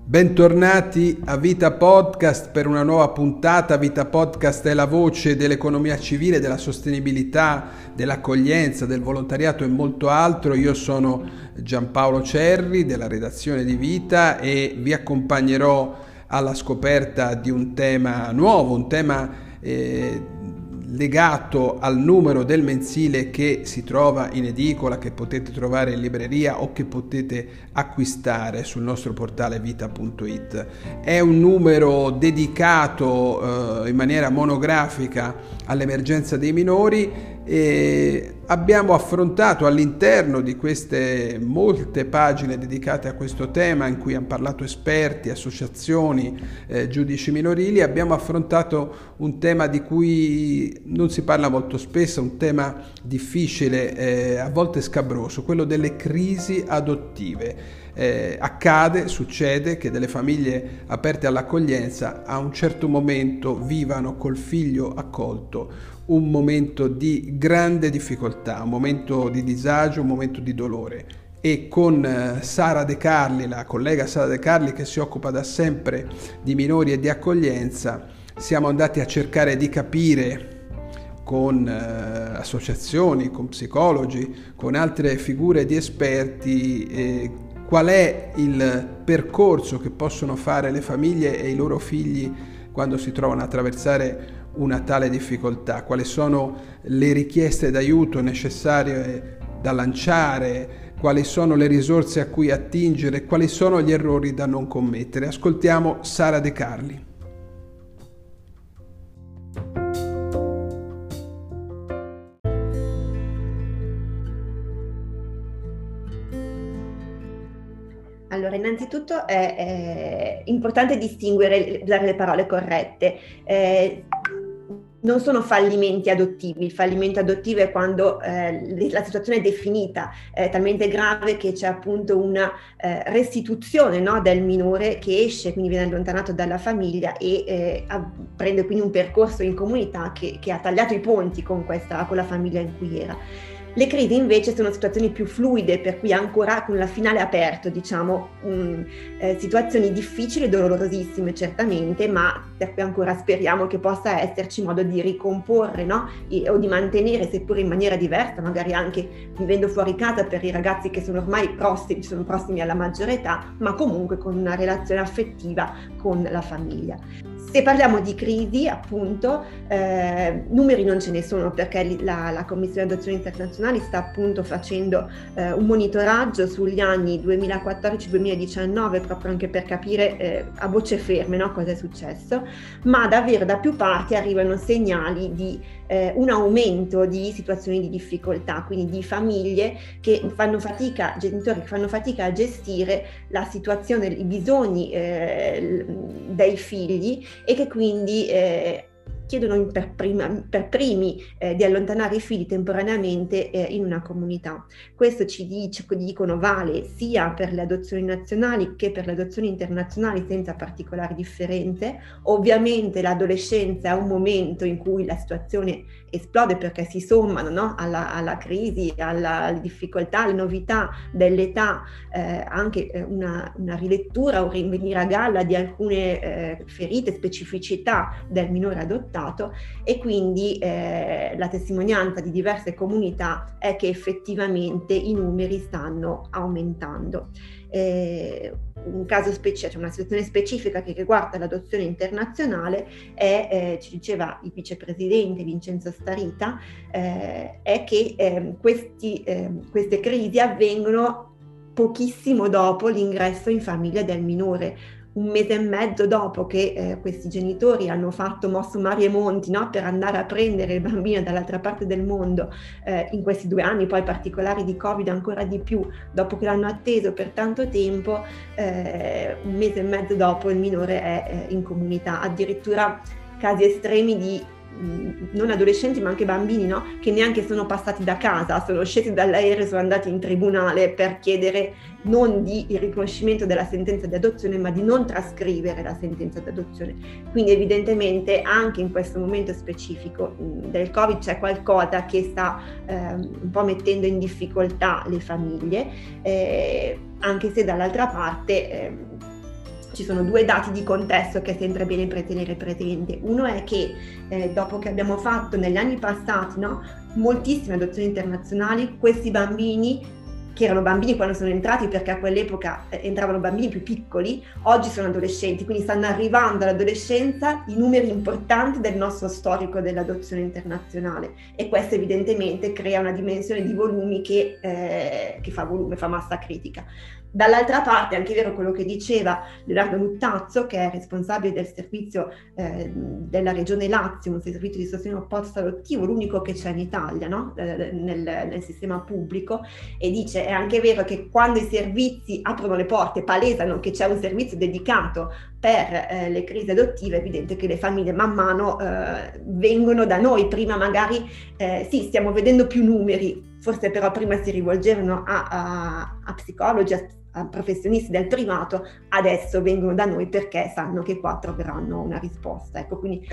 Bentornati a Vita Podcast per una nuova puntata. Vita Podcast è la voce dell'economia civile, della sostenibilità, dell'accoglienza, del volontariato e molto altro. Io sono Giampaolo Cerri della redazione di Vita e vi accompagnerò alla scoperta di un tema nuovo, un tema legato al numero del mensile che si trova in edicola, che potete trovare in libreria o che potete acquistare sul nostro portale vita.it. È un numero dedicato in maniera monografica all'emergenza dei minori e abbiamo affrontato all'interno di queste molte pagine dedicate a questo tema, in cui hanno parlato esperti, associazioni, giudici minorili. Abbiamo affrontato un tema di cui non si parla molto spesso, un tema difficile, a volte scabroso, quello delle crisi adottive. Succede che delle famiglie aperte all'accoglienza a un certo momento vivano col figlio accolto un momento di grande difficoltà, un momento di disagio, un momento di dolore. E con Sara De Carli, la collega Sara De Carli, che si occupa da sempre di minori e di accoglienza, siamo andati a cercare di capire con associazioni, con psicologi, con altre figure di esperti qual è il percorso che possono fare le famiglie e i loro figli quando si trovano a attraversare una tale difficoltà, quali sono le richieste d'aiuto necessarie da lanciare, quali sono le risorse a cui attingere, quali sono gli errori da non commettere. Ascoltiamo Sara De Carli. Allora, innanzitutto è importante distinguere, usare le parole corrette. Non sono fallimenti adottivi. Il fallimento adottivo è quando la situazione è definita talmente grave che c'è appunto una restituzione, no, del minore che esce, quindi viene allontanato dalla famiglia e prende quindi un percorso in comunità che ha tagliato i ponti con la famiglia in cui era. Le crisi invece sono situazioni più fluide, per cui ancora con la finale aperto, diciamo, situazioni difficili e dolorosissime certamente, ma per cui ancora speriamo che possa esserci modo di ricomporre, no? O di mantenere, seppur in maniera diversa, magari anche vivendo fuori casa per i ragazzi che sono ormai prossimi alla maggiore età, ma comunque con una relazione affettiva con la famiglia. Se parliamo di crisi, appunto, numeri non ce ne sono, perché la Commissione Adozioni Internazionali sta appunto facendo un monitoraggio sugli anni 2014-2019, proprio anche per capire a voce ferme, no, cosa è successo, ma davvero da più parti arrivano segnali di un aumento di situazioni di difficoltà, quindi di famiglie che fanno fatica, genitori che fanno fatica a gestire la situazione, i bisogni dei figli, e che quindi chiedono per primi di allontanare i figli temporaneamente in una comunità. Questo dicono vale sia per le adozioni nazionali che per le adozioni internazionali, senza particolari differenze. Ovviamente l'adolescenza è un momento in cui la situazione esplode, perché si sommano, no, alla crisi, alle difficoltà, alle novità dell'età, anche una rilettura o rinvenire a galla di alcune ferite, specificità del minore adottato, e quindi la testimonianza di diverse comunità è che effettivamente i numeri stanno aumentando. Un caso specifico, una situazione specifica che riguarda l'adozione internazionale ci diceva il vicepresidente Vincenzo Starita, è che queste crisi avvengono pochissimo dopo l'ingresso in famiglia del minore. Un mese e mezzo dopo che questi genitori hanno mosso mari e monti, no, per andare a prendere il bambino dall'altra parte del mondo, in questi 2 anni poi particolari di Covid ancora di più, dopo che l'hanno atteso per tanto tempo, un mese e mezzo dopo il minore è in comunità. Addirittura casi estremi di non adolescenti ma anche bambini, no? Che neanche sono passati da casa, sono scesi dall'aereo e sono andati in tribunale per chiedere non di il riconoscimento della sentenza di adozione, ma di non trascrivere la sentenza di adozione. Quindi evidentemente anche in questo momento specifico del Covid c'è qualcosa che sta un po' mettendo in difficoltà le famiglie, anche se dall'altra parte ci sono due dati di contesto che è sempre bene tenere presente. Uno è che dopo che abbiamo fatto negli anni passati, no, moltissime adozioni internazionali, questi bambini, che erano bambini quando sono entrati, perché a quell'epoca entravano bambini più piccoli, oggi sono adolescenti, quindi stanno arrivando all'adolescenza i numeri importanti del nostro storico dell'adozione internazionale, e questo evidentemente crea una dimensione di volumi che fa volume, fa massa critica. Dall'altra parte è anche vero quello che diceva Leonardo Luttazzo, che è responsabile del servizio della Regione Lazio, un servizio di sostegno post-adottivo, l'unico che c'è in Italia, no? nel sistema pubblico, e dice: è anche vero che quando i servizi aprono le porte, palesano che c'è un servizio dedicato per le crisi adottive, è evidente che le famiglie man mano vengono da noi. Prima magari sì, stiamo vedendo più numeri, forse però prima si rivolgevano a psicologi, a professionisti del privato, adesso vengono da noi perché sanno che qua troveranno una risposta. Ecco, quindi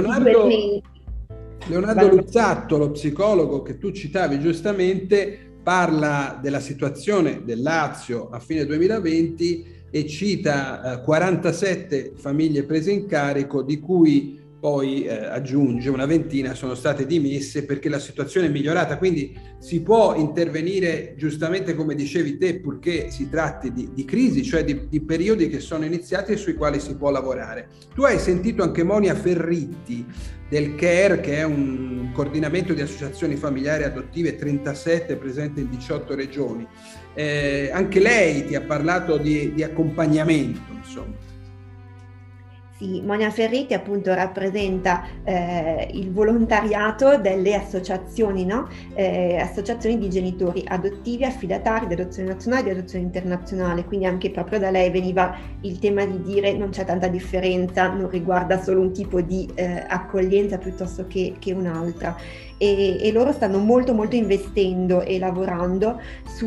Leonardo Luzzatto, lo psicologo che tu citavi giustamente, parla della situazione del Lazio a fine 2020 e cita 47 famiglie prese in carico, di cui poi aggiunge una ventina sono state dimesse perché la situazione è migliorata. Quindi si può intervenire, giustamente come dicevi te, purché si tratti di crisi, cioè di periodi che sono iniziati e sui quali si può lavorare. Tu hai sentito anche Monia Ferritti del CARE, che è un coordinamento di associazioni familiari adottive, 37, presente in 18 regioni. Anche lei ti ha parlato di accompagnamento, insomma. Sì, Monia Ferritti appunto rappresenta il volontariato delle associazioni, no? Associazioni di genitori adottivi, affidatari di adozione nazionale e di adozione internazionale, quindi anche proprio da lei veniva il tema di dire non c'è tanta differenza, non riguarda solo un tipo di accoglienza piuttosto che un'altra. E loro stanno molto investendo e lavorando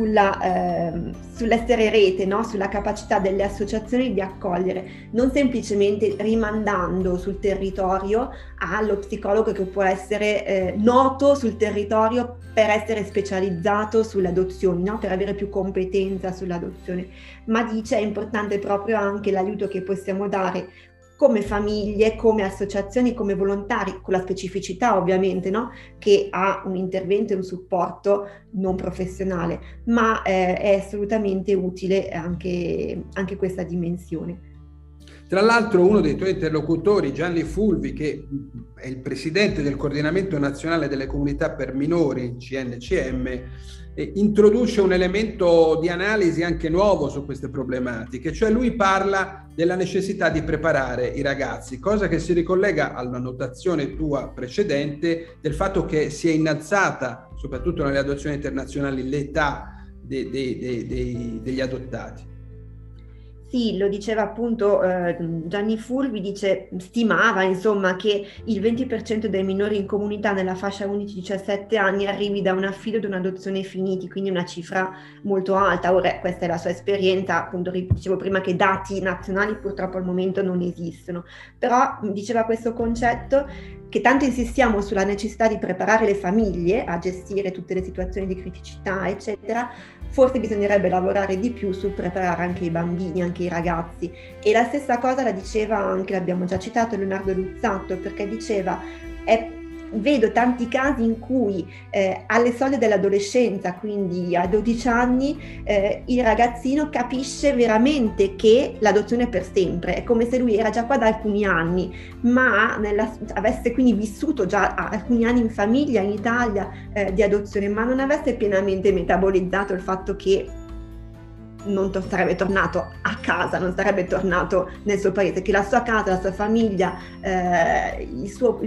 sull'essere rete, no? Sulla capacità delle associazioni di accogliere, non semplicemente rimandando sul territorio allo psicologo che può essere noto sul territorio per essere specializzato sulle adozioni, no? Per avere più competenza sull'adozione, ma dice è importante proprio anche l'aiuto che possiamo dare come famiglie, come associazioni, come volontari, con la specificità ovviamente, no? Che ha un intervento e un supporto non professionale, ma è assolutamente utile anche questa dimensione. Tra l'altro uno dei tuoi interlocutori, Gianni Fulvi, che è il presidente del Coordinamento Nazionale delle Comunità per Minori, CNCM, introduce un elemento di analisi anche nuovo su queste problematiche, cioè lui parla della necessità di preparare i ragazzi, cosa che si ricollega alla notazione tua precedente del fatto che si è innalzata, soprattutto nelle adozioni internazionali, l'età degli adottati. Sì, lo diceva appunto Gianni Fulvi, stimava insomma che il 20% dei minori in comunità nella fascia 11-17 anni arrivi da un affido o da un'adozione finiti, quindi una cifra molto alta. Ora questa è la sua esperienza, appunto dicevo prima che dati nazionali purtroppo al momento non esistono, però diceva questo concetto che tanto insistiamo sulla necessità di preparare le famiglie a gestire tutte le situazioni di criticità, eccetera, forse bisognerebbe lavorare di più sul preparare anche i bambini, anche i ragazzi. E la stessa cosa la diceva anche, l'abbiamo già citato, Leonardo Luzzatto, perché diceva vedo tanti casi in cui alle soglie dell'adolescenza, quindi a 12 anni, il ragazzino capisce veramente che l'adozione è per sempre, è come se lui era già qua da alcuni anni, ma avesse quindi vissuto già alcuni anni in famiglia in Italia di adozione, ma non avesse pienamente metabolizzato il fatto che non sarebbe tornato a casa, non sarebbe tornato nel suo paese, che la sua casa, la sua famiglia, il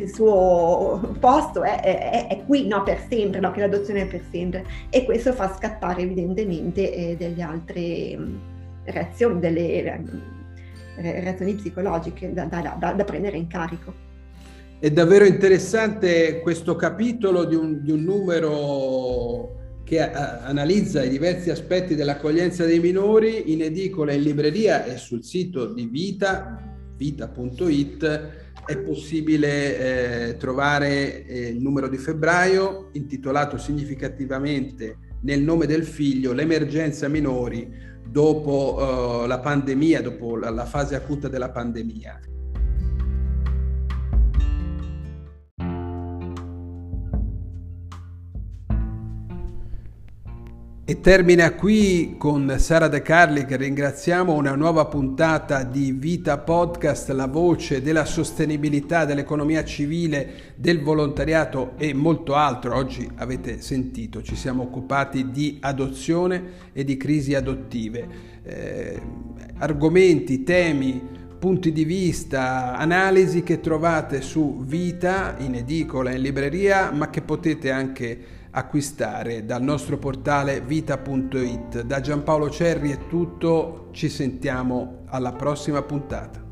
suo posto è qui, no, per sempre, no, che l'adozione è per sempre. E questo fa scattare evidentemente delle altre reazioni, delle reazioni psicologiche da prendere in carico. È davvero interessante questo capitolo di un numero che analizza i diversi aspetti dell'accoglienza dei minori in edicola, in libreria e sul sito di vita.it. È possibile trovare il numero di febbraio intitolato significativamente Nel nome del figlio, l'emergenza minori dopo la pandemia, dopo la fase acuta della pandemia. E termina qui con Sara De Carli, che ringraziamo, una nuova puntata di Vita Podcast, la voce della sostenibilità, dell'economia civile, del volontariato e molto altro. Oggi avete sentito, ci siamo occupati di adozione e di crisi adottive. Argomenti, temi, punti di vista, analisi che trovate su Vita, in edicola, in libreria, ma che potete anche acquistare dal nostro portale vita.it. Da Giampaolo Cerri è tutto, ci sentiamo alla prossima puntata.